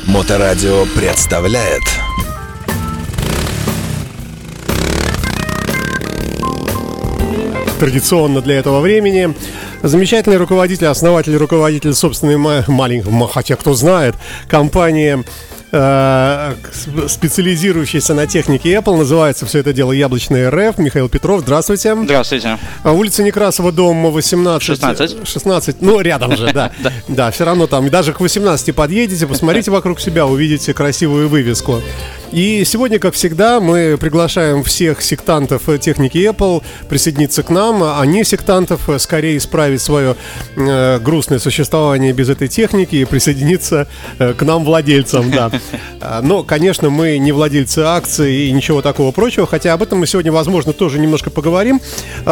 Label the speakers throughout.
Speaker 1: Моторадио представляет
Speaker 2: традиционно для этого времени замечательный руководитель, основатель и руководитель собственной маленькой, хотя кто знает, компании, специализирующийся на технике Apple. Называется все это дело «Яблочный РФ». Михаил Петров, здравствуйте.
Speaker 3: Здравствуйте.
Speaker 2: Улица Некрасова, дом 18. 16, ну рядом же, да. Да, все равно там, даже к 18 подъедете, посмотрите вокруг себя, увидите красивую вывеску. И сегодня, как всегда, мы приглашаем всех сектантов техники Apple присоединиться к нам, а не сектантов скорее исправить свое грустное существование без этой техники и присоединиться к нам, владельцам, да. Но, конечно, мы не владельцы акций и ничего такого прочего, хотя об этом мы сегодня, возможно, тоже немножко поговорим.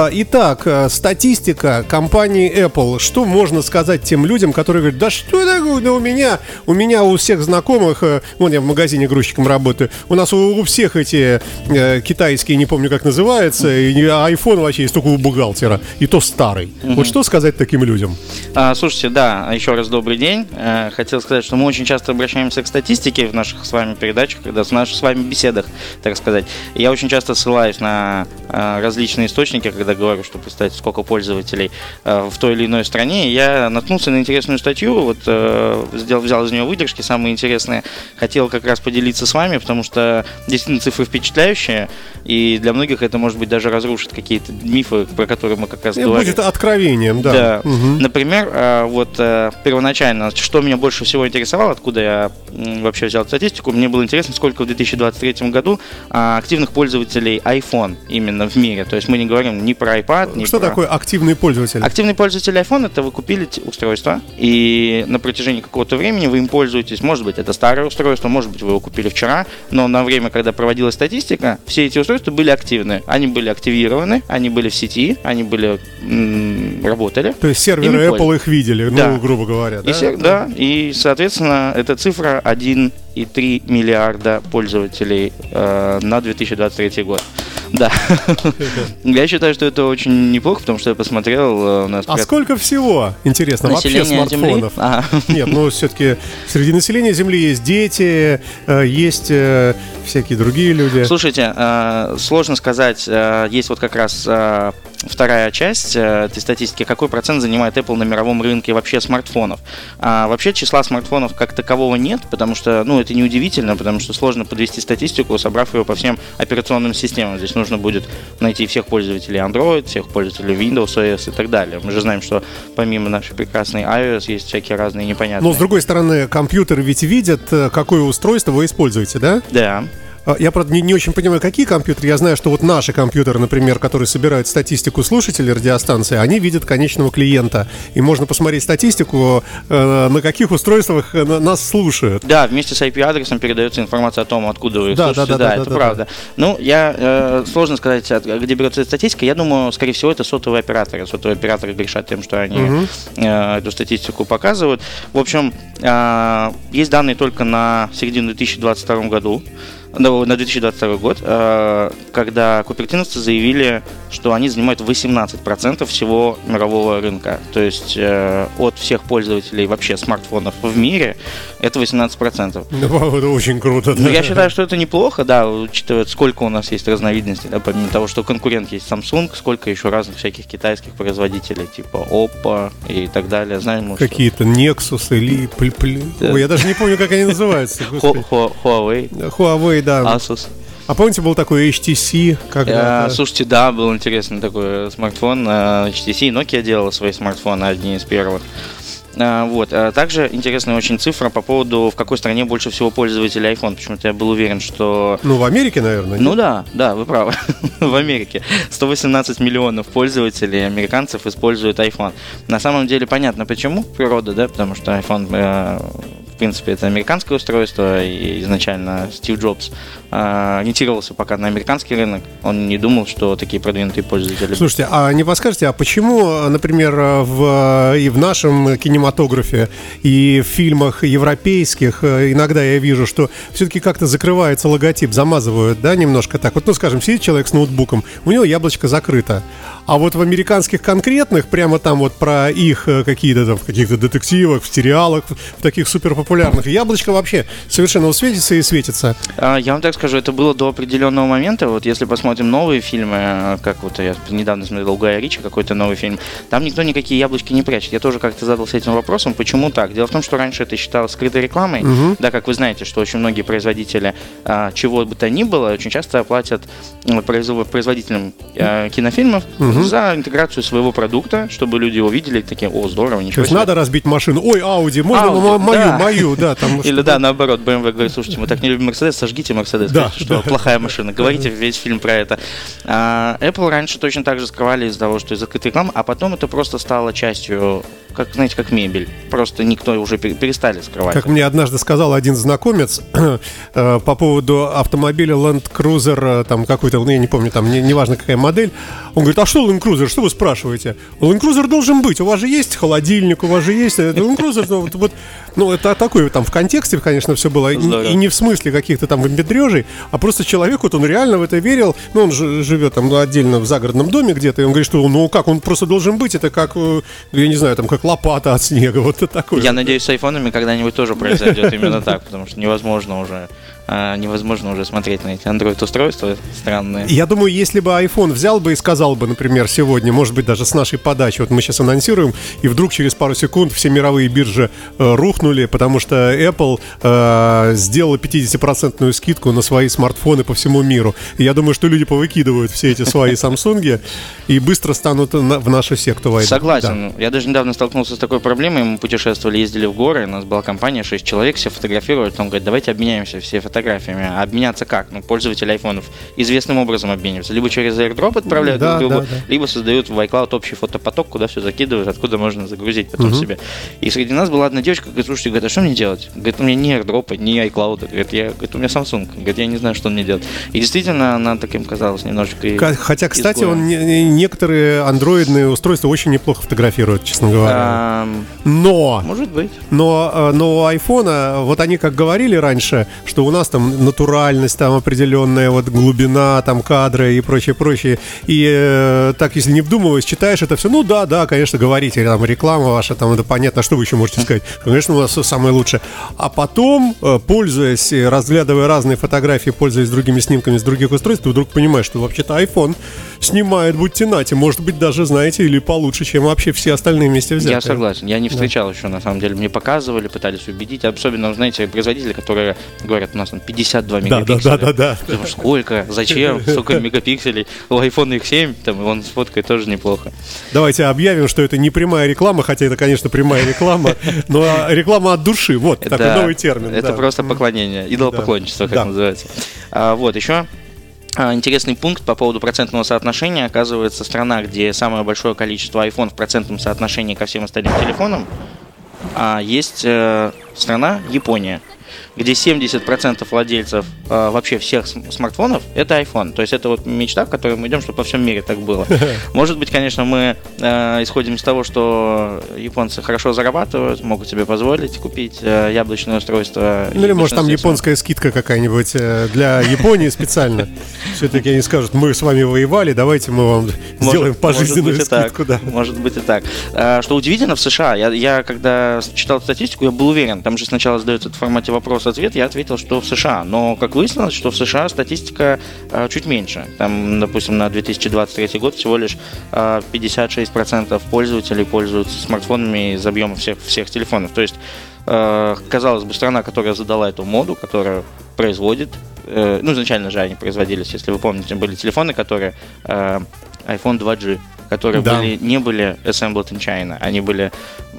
Speaker 2: Итак, статистика компании Apple. Что можно сказать тем людям, которые говорят: да что такое, да у меня у всех знакомых, вон я в магазине грузчиком работаю, у нас у всех эти китайские, не помню как называется, и iPhone вообще есть только у бухгалтера, и то старый. Вот что сказать таким людям?
Speaker 3: Слушайте, да, еще раз добрый день. Хотел сказать, что мы очень часто обращаемся к статистике в наших с вами передачах, когда в наших с вами беседах, так сказать. Я очень часто ссылаюсь на различные источники, когда говорю, что представьте, сколько пользователей в той или иной стране. Я наткнулся на интересную статью, вот взял из нее выдержки, самые интересные. Хотел как раз поделиться с вами, потому что действительно цифры впечатляющие, и для многих это, может быть, даже разрушит какие-то мифы, про которые мы как раз говорим.
Speaker 2: Будет откровением, да.
Speaker 3: Да. Например, вот первоначально, что меня больше всего интересовало, откуда я вообще взял статистику, мне было интересно, сколько в 2023 году активных пользователей iPhone именно в мире. То есть мы не говорим ни про iPad, ни
Speaker 2: Что такое активный пользователь?
Speaker 3: Активный пользователь iPhone — это вы купили устройство, и на протяжении какого-то времени вы им пользуетесь. Может быть, это старое устройство, может быть, вы его купили вчера, но на время, когда проводилась статистика, все эти устройства были активны. Они были активированы, они были в сети, они были работали.
Speaker 2: То есть серверы Apple их видели, да. Ну, грубо говоря.
Speaker 3: Да, и, соответственно, эта цифра 1,3 миллиарда пользователей на 2023 год. Да. Я считаю, что это очень неплохо, потому что я посмотрел у нас...
Speaker 2: сколько всего, интересно, вообще смартфонов? Нет, ну все-таки среди населения Земли есть дети, есть всякие другие люди.
Speaker 3: Слушайте, сложно сказать, есть вот как раз вторая часть этой статистики, какой процент занимает Apple на мировом рынке вообще смартфонов. Вообще числа смартфонов как такового нет, потому что, это неудивительно, потому что сложно подвести статистику, собрав его по всем операционным системам. Здесь нужно будет найти всех пользователей Android, всех пользователей Windows OS и так далее. Мы же знаем, что помимо нашей прекрасной iOS есть всякие разные непонятные.
Speaker 2: Но, с другой стороны, компьютеры ведь видят, какое устройство вы используете, да?
Speaker 3: Да.
Speaker 2: Я, правда, не очень понимаю, какие компьютеры. Я знаю, что вот наши компьютеры, например, которые собирают статистику слушателей радиостанции, они видят конечного клиента. И можно посмотреть статистику, на каких устройствах нас слушают.
Speaker 3: Да, вместе с IP-адресом передается информация о том, откуда вы их слушаете. Да, это правда. Сложно сказать, где берется эта статистика. Я думаю, скорее всего, это сотовые операторы. Сотовые операторы грешат тем, что они эту статистику показывают. В общем, есть данные только на середину 2022 году. На 2022 год, когда купертиновцы заявили, что они занимают 18% всего мирового рынка. То есть от всех пользователей вообще смартфонов в мире это 18%.
Speaker 2: Ну, это очень круто. Да.
Speaker 3: Я считаю, что это неплохо, да, учитывая, сколько у нас есть разновидностей, да, помимо того, что конкурент есть Samsung, сколько еще разных всяких китайских производителей, типа Oppo и так далее. Знаем,
Speaker 2: какие-то Nexus или... Ой, я даже не помню, как они называются. Huawei, да.
Speaker 3: Asus.
Speaker 2: А помните, был такой HTC?
Speaker 3: Слушайте, да, был интересный такой смартфон. HTC, Nokia делала свои смартфоны, одни из первых. Также интересная очень цифра по поводу, в какой стране больше всего пользователей iPhone. Почему-то я был уверен, что...
Speaker 2: в Америке, наверное.
Speaker 3: Ну да, вы правы. В Америке 118 миллионов пользователей американцев используют iPhone. На самом деле понятно почему. Природа, да, потому что iPhone... В принципе, это американское устройство, и изначально Стив Джобс ориентировался пока на американский рынок. Он не думал, что такие продвинутые пользователи...
Speaker 2: Слушайте, а не подскажете, а почему, например, и в нашем кинематографе, и в фильмах европейских иногда я вижу, что все-таки как-то закрывается логотип, замазывают, да, немножко так. Вот, скажем, сидит человек с ноутбуком, у него яблочко закрыто. А вот в американских конкретных, прямо там вот про их какие-то там в каких-то детективах, в сериалах, в таких суперпопулярных популярных. Яблочко вообще совершенно светится и светится.
Speaker 3: Я вам так скажу, это было до определенного момента. Вот если посмотрим новые фильмы, как вот я недавно смотрел у Гая Ричи какой-то новый фильм, там никто никакие яблочки не прячет. Я тоже как-то задался этим вопросом, почему так? Дело в том, что раньше это считалось скрытой рекламой. Да, как вы знаете, что очень многие производители чего бы то ни было очень часто платят производителям кинофильмов за интеграцию своего продукта, чтобы люди увидели такие: о, здорово, ничего себе.
Speaker 2: То есть надо разбить машину. Ой, Audi, можно мою, да. Там,
Speaker 3: или да, наоборот, BMW говорит: слушайте, мы так не любим Mercedes, сожгите Mercedes, да, что плохая машина. Говорите весь фильм про это. Apple раньше точно так же скрывали из-за того, что из открытой рекламы, а потом это просто стало частью, как, знаете, как мебель. Просто никто уже перестали скрывать.
Speaker 2: Как мне однажды сказал один знакомец по поводу автомобиля Land Cruiser, там какой-то, я не помню, там неважно какая модель. Он говорит: а что Land Cruiser, что вы спрашиваете? Land Cruiser должен быть, у вас же есть холодильник, у вас же есть Land Cruiser, вот, ну это такое, там в контексте, конечно, все было, и не в смысле каких-то там выпендрежей, а просто человек, вот он реально в это верил, ну он же живет там отдельно в загородном доме где-то, и он говорит, что ну как, он просто должен быть, это как, я не знаю, там как лопата от снега, вот это такое.
Speaker 3: Я надеюсь, с айфонами когда-нибудь тоже произойдет именно так, потому что невозможно уже смотреть на эти Android-устройства странные.
Speaker 2: Я думаю, если бы iPhone взял бы и сказал бы, например, сегодня, может быть, даже с нашей подачи, вот мы сейчас анонсируем, и вдруг через пару секунд все мировые биржи рухнули, потому что Apple сделала 50% скидку на свои смартфоны по всему миру. И я думаю, что люди повыкидывают все эти свои Samsung и быстро станут в нашу секту войны.
Speaker 3: Согласен. Да. Я даже недавно столкнулся с такой проблемой. Мы путешествовали, ездили в горы, у нас была компания, 6 человек, все фотографировали, потом говорят: давайте обменяемся все фотографиями. А обменяться как? Ну, пользователи айфонов известным образом обмениваются. Либо через AirDrop отправляют друг другу, либо создают в iCloud общий фотопоток, куда все закидывают, откуда можно загрузить потом себе. И среди нас была одна девочка, говорит: слушайте, говорит, а что мне делать? Говорит: у меня ни AirDrop, ни iCloud. Говорит, у меня Samsung. Говорит, я не знаю, что мне делать. И действительно, она таким казалась немножечко.
Speaker 2: Хотя, кстати, некоторые андроидные устройства очень неплохо фотографируют, честно говоря. Но
Speaker 3: может быть.
Speaker 2: Но у айфона, вот они как говорили раньше, что у нас там натуральность, там определенная вот глубина, там кадры и прочее. И так, если не вдумываясь, читаешь это все, ну да, конечно, говорите, там реклама ваша, там это понятно, что вы еще можете сказать. Конечно, у нас все самое лучшее. А потом, пользуясь, разглядывая разные фотографии, пользуясь другими снимками с других устройств, ты вдруг понимаешь, что вообще-то iPhone снимает, будьте нати, может быть, даже, знаете, или получше, чем вообще все остальные вместе взятые.
Speaker 3: Я согласен, я не встречал еще, на самом деле, мне показывали, пытались убедить, особенно, знаете, производители, которые говорят: у нас там 52 мегапикселя.
Speaker 2: Да.
Speaker 3: Сколько? Зачем? Сколько мегапикселей? У iPhone X7, там, и он сфоткает тоже неплохо.
Speaker 2: Давайте объявим, что это не прямая реклама, хотя это, конечно, прямая реклама, но реклама от души, вот такой новый термин.
Speaker 3: Это просто поклонение, идолопоклонничество, как называется. Вот, еще интересный пункт по поводу процентного соотношения. Оказывается, страна, где самое большое количество iPhone в процентном соотношении ко всем остальным телефонам, есть страна Япония, где 70% владельцев вообще всех смартфонов — это iPhone. То есть это вот мечта, к которой мы идем, чтобы во всем мире так было. Может быть, конечно, мы исходим из того, что японцы хорошо зарабатывают, могут себе позволить купить яблочное устройство.
Speaker 2: Ну или может там японская скидка какая-нибудь для Японии специально. Все-таки они скажут: мы с вами воевали, давайте мы вам сделаем пожизненную скидку.
Speaker 3: Может быть и так. Что удивительно, в США, я когда читал статистику, я был уверен, там же сначала задается в формате вопрос-ответ, я ответил, что в США. Но, как выяснилось, что в США статистика чуть меньше. Там, допустим, на 2023 год всего лишь 56% пользователей пользуются смартфонами из объема всех телефонов. То есть, казалось бы, страна, которая задала эту моду, которая производит, изначально же они производились, если вы помните, были телефоны, которые iPhone 2G, которые не были assembled in China, они были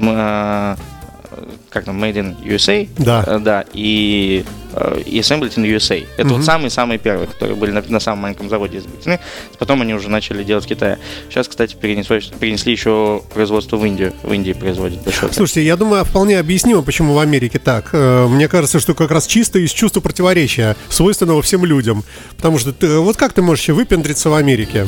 Speaker 3: Made in USA, и Assembled in USA. Это вот самые-самые первые, которые были на самом маленьком заводе изобретены. Потом они уже начали делать в Китае. Сейчас, кстати, перенесли еще производство в Индию. В Индии производят большое.
Speaker 2: Слушайте, я думаю, вполне объяснимо, почему в Америке так. Мне кажется, что как раз чисто из чувства противоречия, свойственного всем людям. Потому что вот как ты можешь выпендриться в Америке?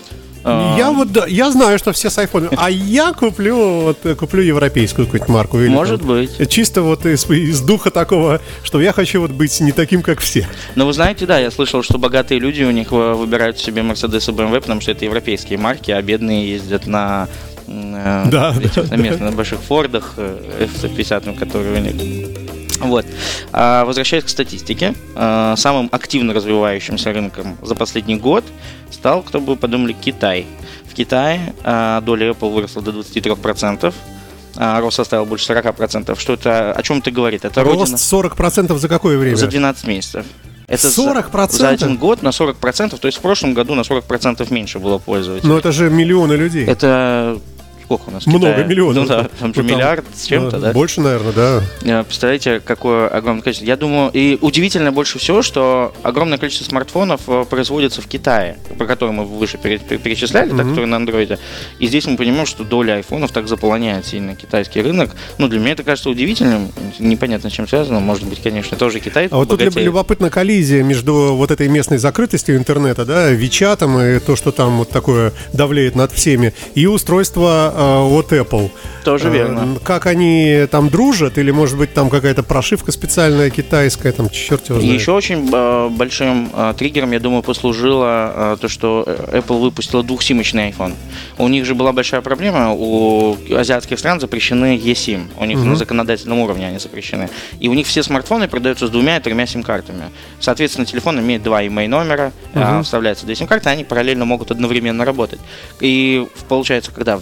Speaker 2: Я знаю, что все с айфоном, а я куплю европейскую какую-то марку.
Speaker 3: Может быть.
Speaker 2: Чисто вот из духа такого, что я хочу вот быть не таким, как все.
Speaker 3: Но вы знаете, да, я слышал, что богатые люди, у них выбирают себе Mercedes и BMW, потому что это европейские марки, а бедные ездят на местных, на больших Фордах F-150, которые у них Вот. Возвращаясь к статистике, самым активно развивающимся рынком за последний год стал, кто бы подумали, Китай. В Китае доля Apple выросла до 23%. Рост составил больше 40%. Что это, о чем это говорит? Это
Speaker 2: рост 40% за какое время?
Speaker 3: За 12 месяцев. Это
Speaker 2: 40%?
Speaker 3: За один год на 40%, то есть в прошлом году на 40% меньше было пользователей.
Speaker 2: Но это же миллионы людей.
Speaker 3: Это... Сколько у нас?
Speaker 2: Много миллионов.
Speaker 3: Ну да, там же миллиард с чем-то, да?
Speaker 2: Больше, наверное, да.
Speaker 3: Представляете, какое огромное количество. Я думаю, и удивительно больше всего, что огромное количество смартфонов производится в Китае, про которые мы выше перечисляли, которые на андроиде. И здесь мы понимаем, что доля айфонов так заполоняет сильно китайский рынок. Ну, для меня это кажется удивительным. Непонятно, с чем связано. Может быть, конечно, тоже Китай.
Speaker 2: А вот тут любопытна коллизия между вот этой местной закрытостью интернета, да, Вичатом и то, что там вот такое давлеет над всеми, и устройство от Apple.
Speaker 3: Тоже верно.
Speaker 2: Как они там дружат, или, может быть, там какая-то прошивка специальная китайская, там черт его знает.
Speaker 3: Еще очень большим триггером, я думаю, послужило то, что Apple выпустила двухсимочный iPhone. У них же была большая проблема, у азиатских стран запрещены eSIM. У них на законодательном уровне они запрещены. И у них все смартфоны продаются с 2 и 3 сим-картами. Соответственно, телефон имеет 2 email номера, вставляются 2 сим-карты, они параллельно могут одновременно работать. И получается, когда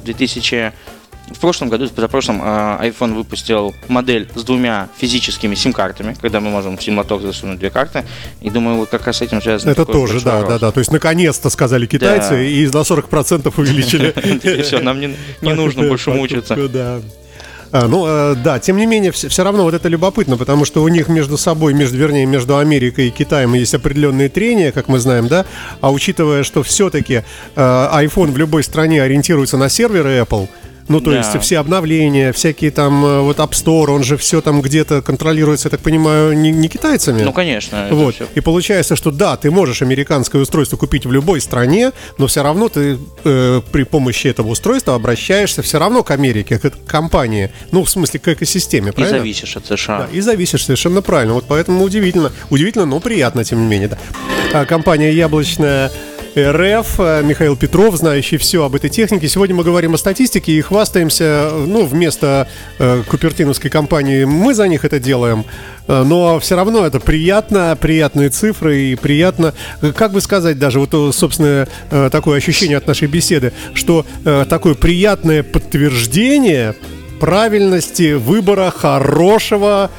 Speaker 3: в прошлом году, позапрошлом, iPhone выпустил модель с 2 физическими сим-картами, когда мы можем в сим-лоток засунуть 2 карты. И думаю, вот как раз с этим связано.
Speaker 2: Это тоже, да. То есть, наконец-то сказали китайцы, и на 40% увеличили.
Speaker 3: И все, нам не нужно больше мучиться.
Speaker 2: Да, тем не менее, все равно вот это любопытно, потому что у них между собой, между Америкой и Китаем есть определенные трения, как мы знаем, да, а учитывая, что все-таки iPhone в любой стране ориентируется на серверы Apple, ну, то есть все обновления, всякие там, вот App Store, он же все там где-то контролируется, я так понимаю, не китайцами.
Speaker 3: Ну, конечно.
Speaker 2: Вот. И получается, что да, ты можешь американское устройство купить в любой стране, но все равно ты при помощи этого устройства обращаешься все равно к Америке, к компании, ну, в смысле, к экосистеме, правильно?
Speaker 3: И зависишь от США.
Speaker 2: Да, и зависишь, совершенно правильно. Вот поэтому удивительно, но приятно, тем не менее, да. Компания «Яблочная РФ», Михаил Петров, знающий все об этой технике. Сегодня мы говорим о статистике и хвастаемся, ну, вместо купертиновской компании мы за них это делаем, но все равно это приятно, приятные цифры и приятно, как бы сказать, даже вот, собственно, такое ощущение от нашей беседы, что такое приятное подтверждение правильности выбора хорошего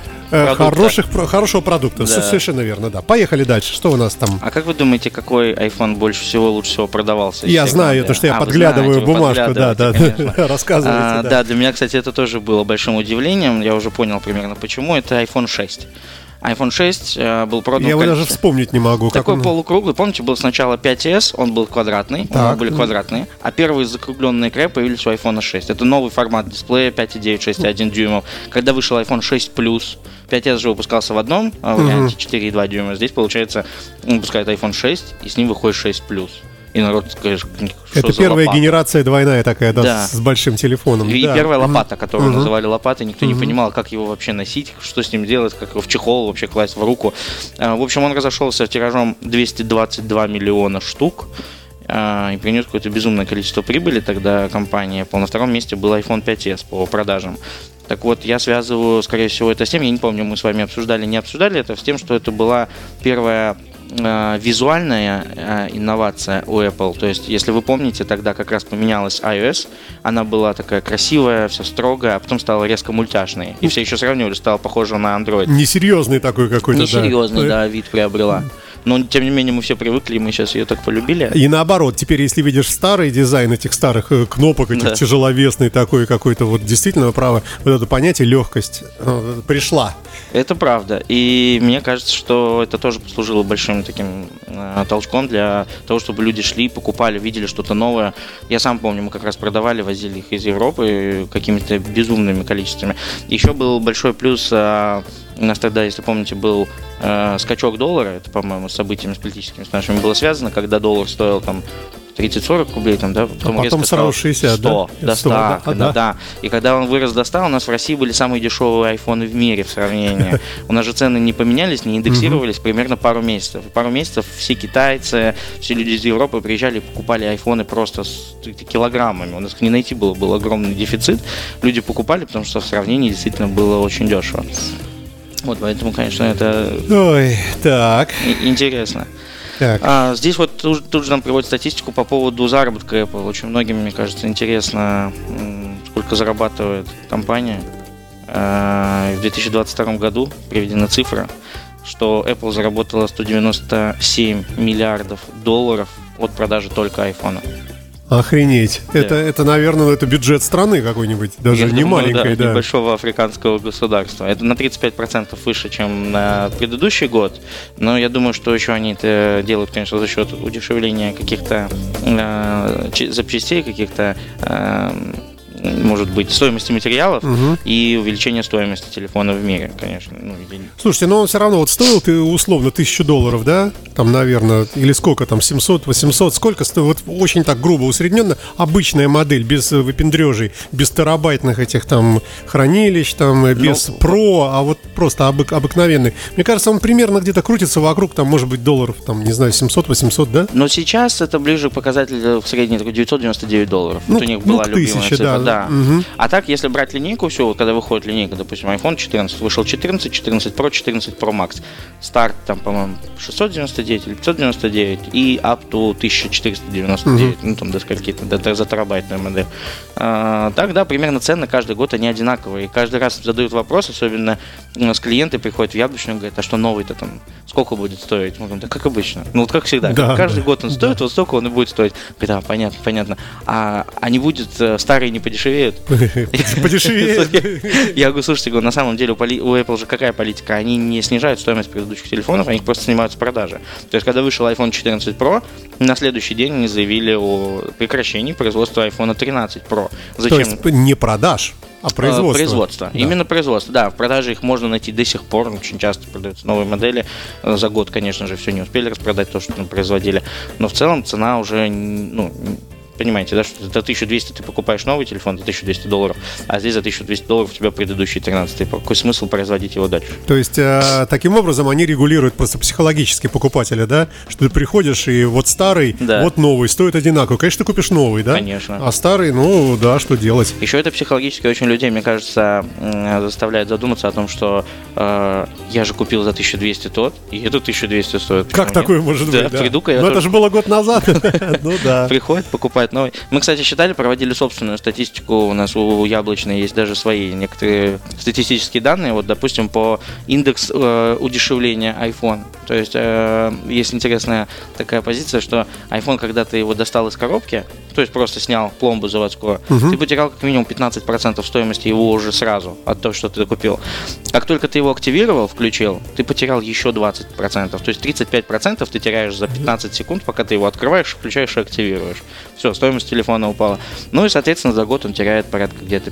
Speaker 2: продукта. Да. Совершенно верно, да. Поехали дальше. Что у нас там?
Speaker 3: А как вы думаете, какой iPhone лучше всего продавался?
Speaker 2: Я знаю, то, что я подглядываю бумажку, да. Рассказывайте.
Speaker 3: Да, для меня, кстати, это тоже было большим удивлением. Я уже понял примерно почему. Это iPhone 6. iPhone 6 был продан.
Speaker 2: Я его даже вспомнить не могу.
Speaker 3: Такой полукруглый. Помните, был сначала 5s, он был квадратный, были квадратные, а первые закругленные края появились у iPhone 6. Это новый формат дисплея 5,9, 6,1 дюймов. Когда вышел iPhone 6 Plus, 5s же выпускался в одном варианте, 4,2 дюйма. Здесь, получается, он выпускает iPhone 6, и с ним выходит 6 Plus. И народ, конечно, что
Speaker 2: это первая генерация двойная такая, да, с большим телефоном.
Speaker 3: И первая лопата, которую называли лопатой, никто не понимал, как его вообще носить, что с ним делать, как его в чехол вообще класть в руку. В общем, он разошелся тиражом 222 миллиона штук и принес какое-то безумное количество прибыли тогда компания. На втором месте был iPhone 5s по продажам. Так вот, я связываю, скорее всего, это с тем, я не помню, мы с вами обсуждали, не обсуждали это, с тем, что это была первая визуальная инновация у Apple. То есть, если вы помните, тогда как раз поменялась iOS, она была такая красивая, вся строгая, а потом стала резко мультяшной. И все еще сравнивали, стала похожа на Android.
Speaker 2: Несерьезный такой какой-то,
Speaker 3: Несерьезный, да, вид приобрела. Но, тем не менее, мы все привыкли, и мы сейчас ее так полюбили.
Speaker 2: И наоборот, теперь, если видишь старый дизайн этих старых кнопок, этих тяжеловесный такой какой-то, вот действительно, право, вот это понятие легкость пришла.
Speaker 3: Это правда. И мне кажется, что это тоже послужило большим таким толчком для того, чтобы люди шли, покупали, видели что-то новое. Я сам помню, мы как раз продавали, возили их из Европы какими-то безумными количествами. Еще был большой плюс. У нас тогда, если помните, был скачок доллара, это, по-моему, с событиями с политическими с нашими было связано, когда доллар стоил там 30-40 рублей, там, да,
Speaker 2: потом сразу 60,
Speaker 3: 100, да? До 100, да. И когда он вырос до 100, у нас в России были самые дешевые айфоны в мире в сравнении. У нас же цены не поменялись, не индексировались примерно пару месяцев. Пару месяцев все китайцы, все люди из Европы приезжали и покупали айфоны просто с килограммами. У нас их не найти было, был огромный дефицит. Люди покупали, потому что в сравнении действительно было очень дешево. Вот, поэтому, конечно, это интересно. Здесь вот тут же нам приводят статистику по поводу заработка Apple. Очень многим, мне кажется, интересно, сколько зарабатывает компания. В 2022 году приведена цифра, что Apple заработала $197 миллиардов от продажи только айфона.
Speaker 2: Охренеть. Да. Это, наверное, это бюджет страны какой-нибудь, даже не маленькой.
Speaker 3: Да, небольшого африканского государства. Это на 35% выше, чем на предыдущий год. Но я думаю, что еще они это делают, конечно, за счет удешевления каких-то запчастей, каких-то может быть, стоимости материалов и увеличение стоимости телефона в мире, конечно.
Speaker 2: Слушайте, но он все равно вот стоил ты условно $1000, да? Там, наверное, или сколько там, 700, 800, сколько стоит? Вот очень так грубо усредненно обычная модель, без выпендрежей, без терабайтных этих там хранилищ, там, без Pro, а вот просто обыкновенный. Мне кажется, он примерно где-то крутится вокруг, там, может быть, долларов, там, не знаю, 700-800, да?
Speaker 3: Но сейчас это ближе к показателю в среднем $999. Вот у них была любимая цифра, да. А так, если брать линейку, все, когда выходит линейка, допустим, iPhone 14, вышел 14, 14 Pro, 14 Pro Max. Старт там, по-моему, 699 или 599 и up to 1499, ну там до скольки-то, за терабайтную модель. Так, да, примерно цены каждый год они одинаковые. И каждый раз задают вопрос, особенно у нас клиенты приходят в Яблочную и говорят, а что новый-то там, сколько будет стоить? Мы говорим, да как обычно, ну вот как всегда, каждый год он стоит, вот столько он и будет стоить. Говорит, понятно. А не будет старый не подешевеет?
Speaker 2: Подешевеет.
Speaker 3: Я говорю, слушайте, на самом деле у Apple же какая политика? Они не снижают стоимость предыдущих телефонов, они их просто снимают с продажи. То есть, когда вышел iPhone 14 Pro, на следующий день они заявили о прекращении производства iPhone 13 Pro.
Speaker 2: Зачем? То есть, не продаж, а производство.
Speaker 3: Да. Именно производство, да. В продаже их можно найти до сих пор. Очень часто продаются новые модели. За год, конечно же, все не успели распродать то, что производили. Но в целом цена уже, понимаете, да, что за 1200 ты покупаешь новый телефон за $1200, а здесь за $1200 у тебя предыдущий 13. Какой смысл производить его дальше?
Speaker 2: То есть, таким образом они регулируют просто психологически покупателя, да? Что ты приходишь и вот старый, вот новый, стоит одинаково. Конечно, ты купишь новый, да?
Speaker 3: Конечно.
Speaker 2: А старый, что делать?
Speaker 3: Еще это психологически очень людей, мне кажется, заставляет задуматься о том, что я же купил за 1200 тот, и этот 1200 стоит.
Speaker 2: Как такое может быть? Да.
Speaker 3: Приду-ка я.
Speaker 2: Но это же было год назад. Ну да.
Speaker 3: Приходит, покупает новый. Мы, кстати, считали, проводили собственную статистику. У нас у Яблочной есть даже свои некоторые статистические данные. Вот, допустим, по индексу удешевления iPhone. То есть есть интересная такая позиция, что iPhone, когда ты его достал из коробки, то есть просто снял пломбу заводскую, ты потерял как минимум 15% стоимости его уже сразу от того, что ты купил. Как только ты его активировал, включил, ты потерял еще 20%. То есть 35% ты теряешь за 15 секунд, пока ты его открываешь, включаешь и активируешь. Все, стоимость телефона упала. Ну и, соответственно, за год он теряет порядка где-то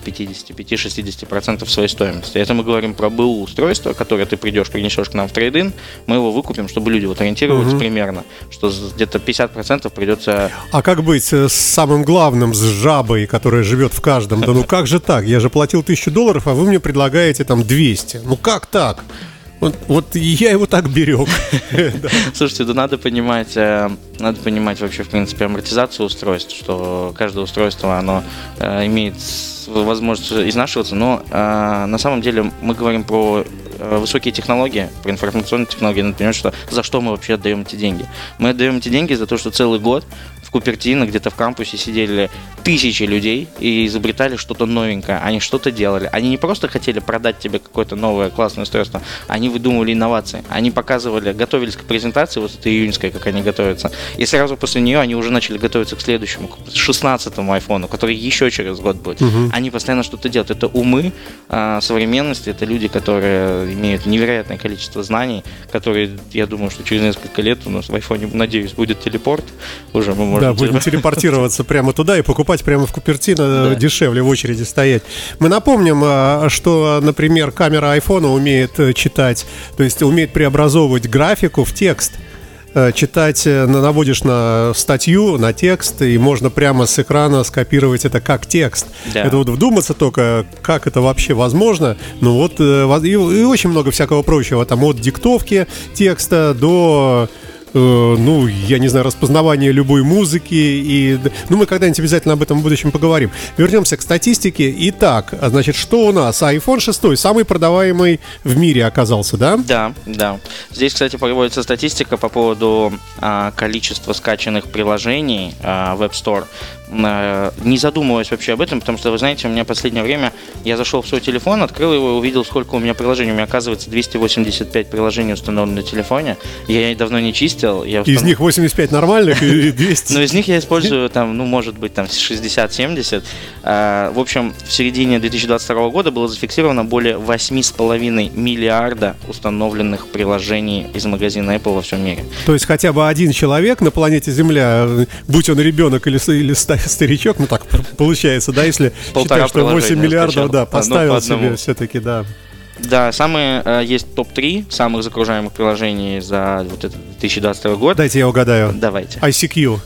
Speaker 3: 55-60% своей стоимости. Это мы говорим про БУ устройство, которое ты принесешь к нам в трейд-ин, мы его выкупим, чтобы люди вот ориентировались примерно, что где-то 50% придется...
Speaker 2: А как быть с самым главным, с жабой, которая живет в каждом? Да ну как же так? Я же платил $1000, а вы мне предлагаете там 200. Ну как так? Вот я его так берег.
Speaker 3: Слушайте, да надо понимать вообще, в принципе, амортизацию устройств, что каждое устройство, оно имеет возможность изнашиваться, но на самом деле мы говорим про высокие технологии, про информационные технологии, надо понимать, что за что мы вообще отдаем эти деньги. Мы отдаем эти деньги за то, что целый год в Купертино, где-то в кампусе сидели тысячи людей и изобретали что-то новенькое. Они что-то делали. Они не просто хотели продать тебе какое-то новое классное устройство, они выдумывали инновации. Они показывали, готовились к презентации, вот этой июньской, как они готовятся. И сразу после нее они уже начали готовиться к следующему, к 16-му айфону, который еще через год будет. Они постоянно что-то делают. Это умы современности, это люди, которые имеют невероятное количество знаний, которые, я думаю, что через несколько лет у нас в айфоне, надеюсь, будет телепорт. Уже мы можем
Speaker 2: будем телепортироваться прямо туда и покупать прямо в Купертино, дешевле в очереди стоять. Мы напомним, что, например, камера айфона умеет читать, то есть умеет преобразовывать графику в текст. Читать, наводишь на статью, на текст, и можно прямо с экрана скопировать это как текст. Это вот вдуматься только, как это вообще возможно. Ну вот, и очень много всякого прочего, там от диктовки текста до ну, я не знаю, распознавание любой музыки. И, ну, мы когда-нибудь обязательно об этом в будущем поговорим. Вернемся к статистике. Итак, значит, что у нас? iPhone 6 самый продаваемый в мире оказался, да?
Speaker 3: Да, да. Здесь, кстати, приводится статистика по поводу количества скачанных приложений в App Store. Не задумываясь вообще об этом, потому что, вы знаете, у меня в последнее время я зашел в свой телефон, открыл его и увидел, сколько у меня приложений. У меня, оказывается, 285 приложений установлено на телефоне. Я их давно не чистил.
Speaker 2: Из них 85 нормальных и 200.
Speaker 3: Но из них я использую, там, ну, может быть, там 60-70. В общем, в середине 2022 года было зафиксировано более 8,5 миллиарда установленных приложений из магазина Apple во всем мире.
Speaker 2: То есть хотя бы один человек на планете Земля, будь он ребенок или старичок, ну так получается, да, если считать, что 8 миллиардов, да, поставил себе все-таки, да.
Speaker 3: Да, есть топ-3 самых загружаемых приложений за вот этот 2022 год.
Speaker 2: Дайте я угадаю.
Speaker 3: Давайте.
Speaker 2: ICQ.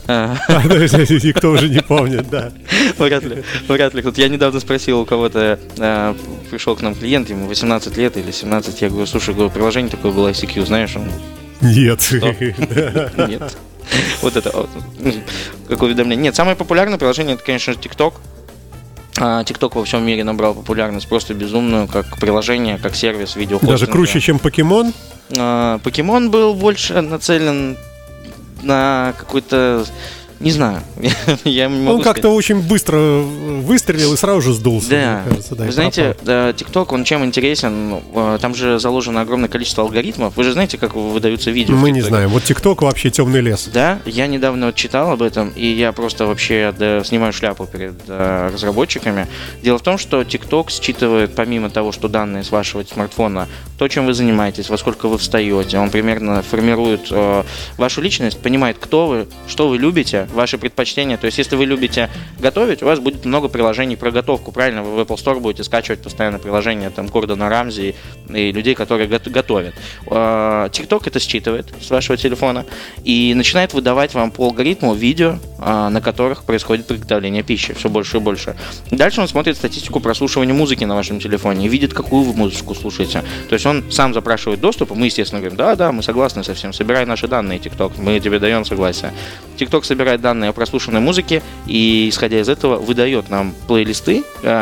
Speaker 2: Никто уже не помнит, да.
Speaker 3: Вряд ли. Я недавно спросил у кого-то, пришел к нам клиент, ему 18 лет или 17, я говорю, слушай, приложение такое было ICQ, знаешь? Он...
Speaker 2: Нет.
Speaker 3: Нет. Вот это, как уведомление. Нет, самое популярное приложение, это, конечно же, TikTok. TikTok во всем мире набрал популярность просто безумную, как приложение, как сервис видеохостинга.
Speaker 2: Даже круче, чем Покемон?
Speaker 3: Покемон был больше нацелен на какой-то... Не знаю.
Speaker 2: Он как-то очень быстро выстрелил и сразу же сдулся.
Speaker 3: Да. Мне кажется, да. Вы знаете, TikTok, он чем интересен? Там же заложено огромное количество алгоритмов. Вы же знаете, как выдаются видео?
Speaker 2: Мы не знаем. Вот TikTok вообще темный лес.
Speaker 3: Да, я недавно читал об этом, и я просто вообще снимаю шляпу перед разработчиками. Дело в том, что TikTok считывает, помимо того, что данные с вашего смартфона, то, чем вы занимаетесь, во сколько вы встаете, он примерно формирует вашу личность, понимает, кто вы, что вы любите, ваши предпочтения. То есть, если вы любите готовить, у вас будет много приложений про готовку, правильно? Вы в Apple Store будете скачивать постоянно приложения там Гордона Рамзи и людей, которые готовят. TikTok это считывает с вашего телефона и начинает выдавать вам по алгоритму видео, на которых происходит приготовление пищи все больше и больше. Дальше он смотрит статистику прослушивания музыки на вашем телефоне и видит, какую вы музыку слушаете. То есть, он сам запрашивает доступ, и мы, естественно, говорим, да, мы согласны со всем, собирай наши данные, TikTok, мы тебе даем согласие. TikTok собирает данные о прослушанной музыке и, исходя из этого, выдает нам плейлисты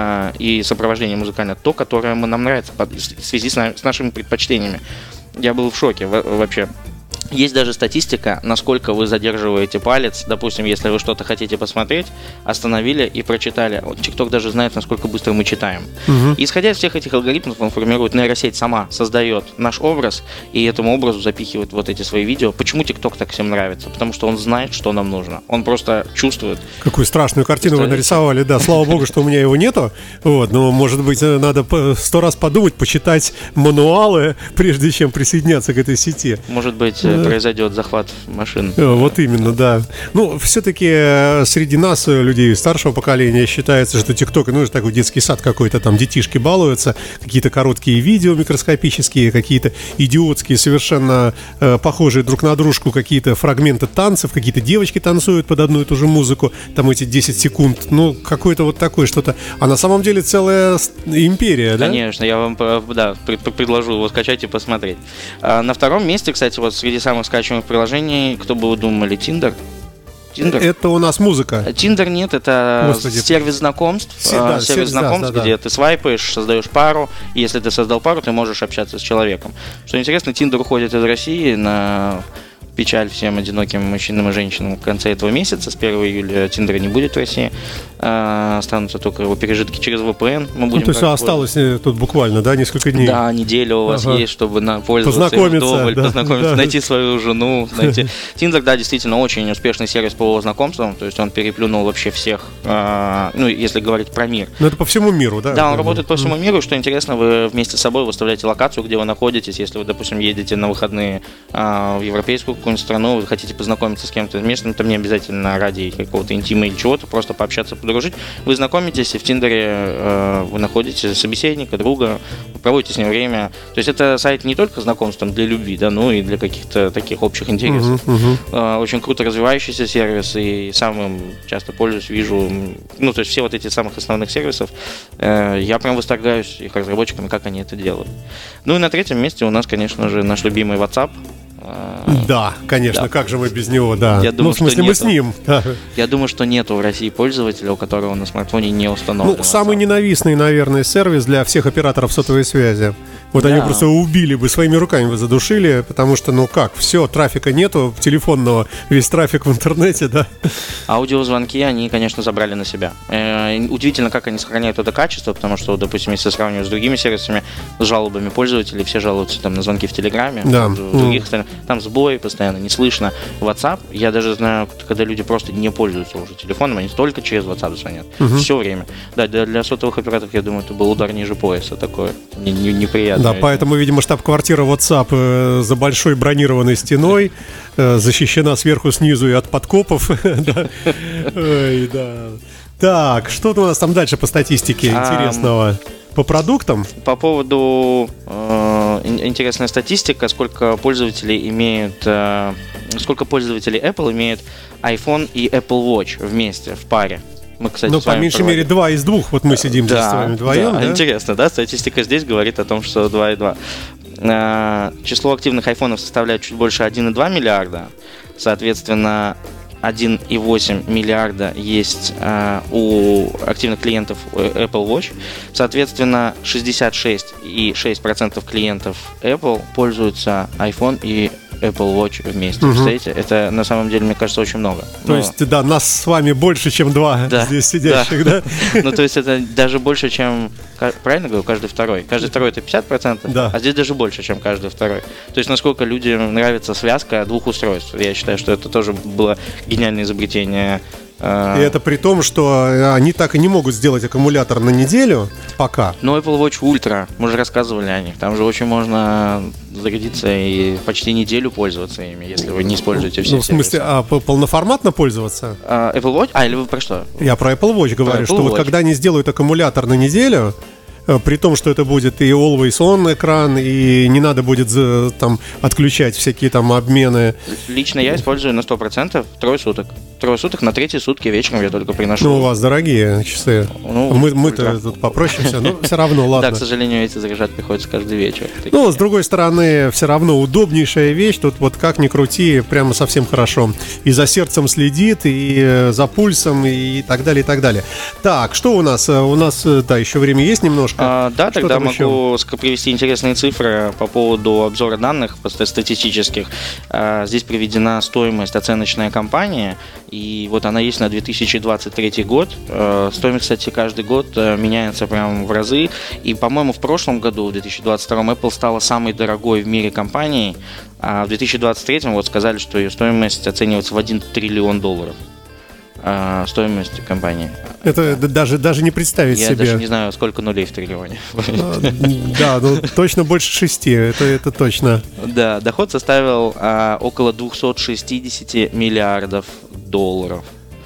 Speaker 3: и сопровождение музыкальное, то, которое нам нравится в связи с нашими предпочтениями. Я был в шоке вообще. Есть даже статистика, насколько вы задерживаете палец. Допустим, если вы что-то хотите посмотреть, остановили и прочитали. TikTok даже знает, насколько быстро мы читаем. Исходя из всех этих алгоритмов, он формирует, нейросеть сама создает наш образ и этому образу запихивает вот эти свои видео. Почему TikTok так всем нравится? Потому что он знает, что нам нужно. Он просто чувствует.
Speaker 2: Какую страшную картину вы нарисовали, да. Слава богу, что у меня его нету. Вот, но, может быть, надо 100 раз подумать, почитать мануалы, прежде чем присоединяться к этой сети.
Speaker 3: Может быть, произойдет захват машин.
Speaker 2: Вот именно, да. Ну, все-таки среди нас, людей старшего поколения, считается, что TikTok, ну, это такой детский сад какой-то, там детишки балуются, какие-то короткие видео микроскопические, какие-то идиотские, совершенно похожие друг на дружку, какие-то фрагменты танцев, какие-то девочки танцуют под одну и ту же музыку, там эти 10 секунд, ну, какое-то вот такое что-то. А на самом деле целая империя, да?
Speaker 3: Конечно, я вам, да, предложу его скачать и посмотреть. На втором месте, кстати, вот среди самых скачиваемых приложений, кто бы вы думали, Tinder?
Speaker 2: Это у нас музыка.
Speaker 3: Tinder нет, это сервис знакомств. Сервис знакомств, где ты свайпаешь, создаешь пару. И если ты создал пару, ты можешь общаться с человеком. Что интересно, Tinder уходит из России на печаль всем одиноким мужчинам и женщинам в конце этого месяца. С 1 июля Тиндера не будет в России. Останутся только его пережитки через VPN. Мы будем,
Speaker 2: то есть осталось тут буквально, да, несколько дней?
Speaker 3: Да, неделя у вас есть, чтобы пользоваться познакомиться, найти свою жену. Тиндер, да, действительно очень успешный сервис по знакомствам. То есть он переплюнул вообще всех, ну, если говорить про мир.
Speaker 2: Но это по всему миру, да?
Speaker 3: Да, он работает по всему миру. Что интересно, вы вместе с собой выставляете локацию, где вы находитесь. Если вы, допустим, едете на выходные в европейскую какую-нибудь страну, вы хотите познакомиться с кем-то местным, там не обязательно ради какого-то интима или чего-то, просто пообщаться, подружить. Вы знакомитесь, и в Тиндере вы находите собеседника, друга, проводите с ним время. То есть это сайт не только знакомством для любви, да, но и для каких-то таких общих интересов. Очень круто развивающийся сервис, и сам им часто пользуюсь, вижу, ну, то есть все вот эти самых основных сервисов, я прям восторгаюсь их разработчиками, как они это делают. Ну и на третьем месте у нас, конечно же, наш любимый WhatsApp.
Speaker 2: Да, конечно,
Speaker 3: да.
Speaker 2: Как же мы без него, да.
Speaker 3: Я думаю,
Speaker 2: в смысле, мы с ним. Да.
Speaker 3: Я думаю, что нету в России пользователя, у которого на смартфоне не установлен.
Speaker 2: Ну, самый ненавистный, наверное, сервис для всех операторов сотовой связи. Вот они просто убили бы, своими руками бы задушили, потому что, ну как, все, трафика нету телефонного, весь трафик в интернете, да.
Speaker 3: Аудиозвонки они, конечно, забрали на себя. Удивительно, как они сохраняют это качество, потому что, допустим, если сравнивать с другими сервисами, с жалобами пользователей, все жалуются там на звонки в Телеграме,
Speaker 2: да.
Speaker 3: В других там сбой постоянно, не слышно. WhatsApp, я даже знаю, когда люди просто не пользуются уже телефоном, они только через WhatsApp звонят. Все время. Да, для сотовых операторов, я думаю, это был удар ниже пояса такой, неприятный.
Speaker 2: Да, поэтому, видимо, штаб-квартира WhatsApp за большой бронированной стеной, защищена сверху, снизу и от подкопов. Ой, да. Так, что у нас там дальше по статистике интересного? По продуктам?
Speaker 3: По поводу интересная статистика, сколько пользователей Apple имеют iPhone и Apple Watch вместе, в паре. Мы, кстати,
Speaker 2: по меньшей мере 2 из 2. Вот мы сидим здесь с вами вдвоем.
Speaker 3: Да, интересно, да? Статистика здесь говорит о том, что 2 и 2. Число активных айфонов составляет чуть больше 1,2 миллиарда. Соответственно, 1,8 миллиарда есть у активных клиентов Apple Watch. Соответственно, 66,6% клиентов Apple пользуются iPhone и Apple Watch вместе. Представляете? Это на самом деле, мне кажется, очень много.
Speaker 2: То есть, да, нас с вами больше, чем 2 здесь сидящих, да?
Speaker 3: Ну, то есть, это даже больше, чем, правильно говорю, каждый второй. Каждый второй это 50%, а здесь даже больше, чем каждый второй. То есть, насколько людям нравится связка 2 устройств. Я считаю, что это тоже было гениальное изобретение.
Speaker 2: И это при том, что они так и не могут сделать аккумулятор на неделю пока.
Speaker 3: Но Apple Watch Ultra, мы же рассказывали о них. Там же очень можно зарядиться и почти неделю пользоваться ими, если вы не используете все.
Speaker 2: Ну, в смысле, полноформатно пользоваться?
Speaker 3: Apple Watch? Или вы про что?
Speaker 2: Я про Apple Watch говорю, что вот когда они сделают аккумулятор на неделю, при том, что это будет и Always On экран, и не надо будет там отключать всякие там обмены.
Speaker 3: Лично я использую на 100% 3 суток. 3 суток, на 3-й сутки вечером я только приношу.
Speaker 2: Ну, у вас дорогие часы. Ну, мы-то тут попроще все, но все равно, ладно.
Speaker 3: Да, к сожалению, эти заряжать приходится каждый вечер.
Speaker 2: Ну, с другой стороны, все равно удобнейшая вещь. Тут вот как ни крути, прямо совсем хорошо. И за сердцем следит, и за пульсом, и так далее, и так далее. Так, что у нас? У нас, да, еще время есть немножко.
Speaker 3: Да, тогда могу привести интересные цифры по поводу обзора данных статистических. Здесь приведена стоимость оценочной компании, и вот она есть на 2023 год. Стоимость, кстати, каждый год меняется прям в разы. И, по-моему, в прошлом году, в 2022, Apple стала самой дорогой в мире компанией. А в 2023 вот сказали, что ее стоимость оценивается в $1 триллион. Стоимость компании.
Speaker 2: Это даже не представить себе.
Speaker 3: Я даже не знаю, сколько нулей в триллионе.
Speaker 2: Да, ну точно больше 6, это точно.
Speaker 3: Да, доход составил около 260 миллиардов долларов.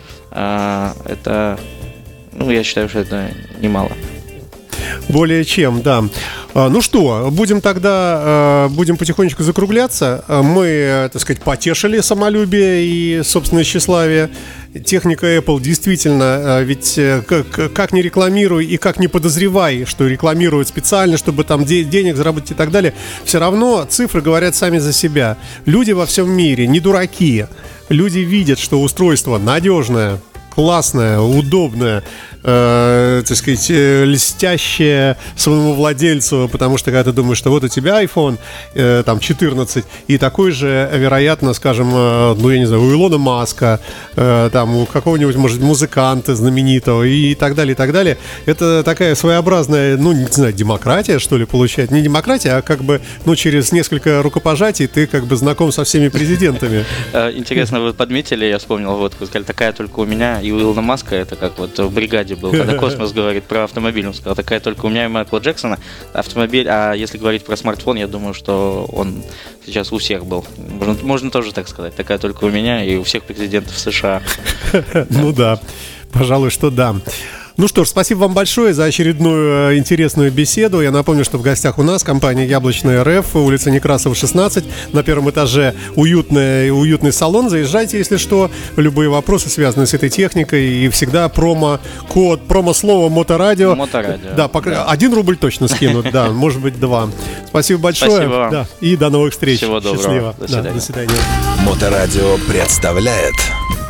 Speaker 3: Это, я считаю, что это немало.
Speaker 2: Более чем, да. Ну что, будем потихонечку закругляться. Мы, так сказать, потешили самолюбие и собственное тщеславие. Техника Apple действительно, ведь как не рекламируй и как не подозревай, что рекламируют специально, чтобы там денег заработать и так далее, все равно цифры говорят сами за себя. Люди во всем мире не дураки. Люди видят, что устройство надежное, классное, удобное, так сказать, льстящее своему владельцу, потому что когда ты думаешь, что вот у тебя iPhone там 14, и такой же, вероятно, скажем, я не знаю, у Илона Маска, там у какого-нибудь, может, музыканта знаменитого и так далее, это такая своеобразная, не знаю, демократия, что ли, получает. Не демократия, а как бы, через несколько рукопожатий ты как бы знаком со всеми президентами.
Speaker 3: Интересно, вы подметили, я вспомнил, вот, вы сказали, такая только у меня, и у Илона Маска, это как вот в бригаде был, когда Космос говорит про автомобиль, он сказал, такая только у меня и Майкла Джексона автомобиль, а если говорить про смартфон, я думаю, что он сейчас у всех был. Можно тоже так сказать, такая только у меня и у всех президентов США.
Speaker 2: Ну да, пожалуй, что да. Ну что ж, спасибо вам большое за очередную интересную беседу. Я напомню, что в гостях у нас компания «Яблочная РФ», улица Некрасова, 16. На первом этаже уютный салон. Заезжайте, если что. Любые вопросы, связанные с этой техникой. И всегда промо-код, промо-слово «Моторадио».
Speaker 3: Моторадио.
Speaker 2: Да, 1 рубль точно скинут, да, может быть 2. Спасибо большое.
Speaker 3: Спасибо.
Speaker 2: Да, и до новых встреч.
Speaker 3: Всего доброго.
Speaker 2: Счастливо.
Speaker 3: До свидания.
Speaker 2: Да, до свидания.
Speaker 1: Моторадио представляет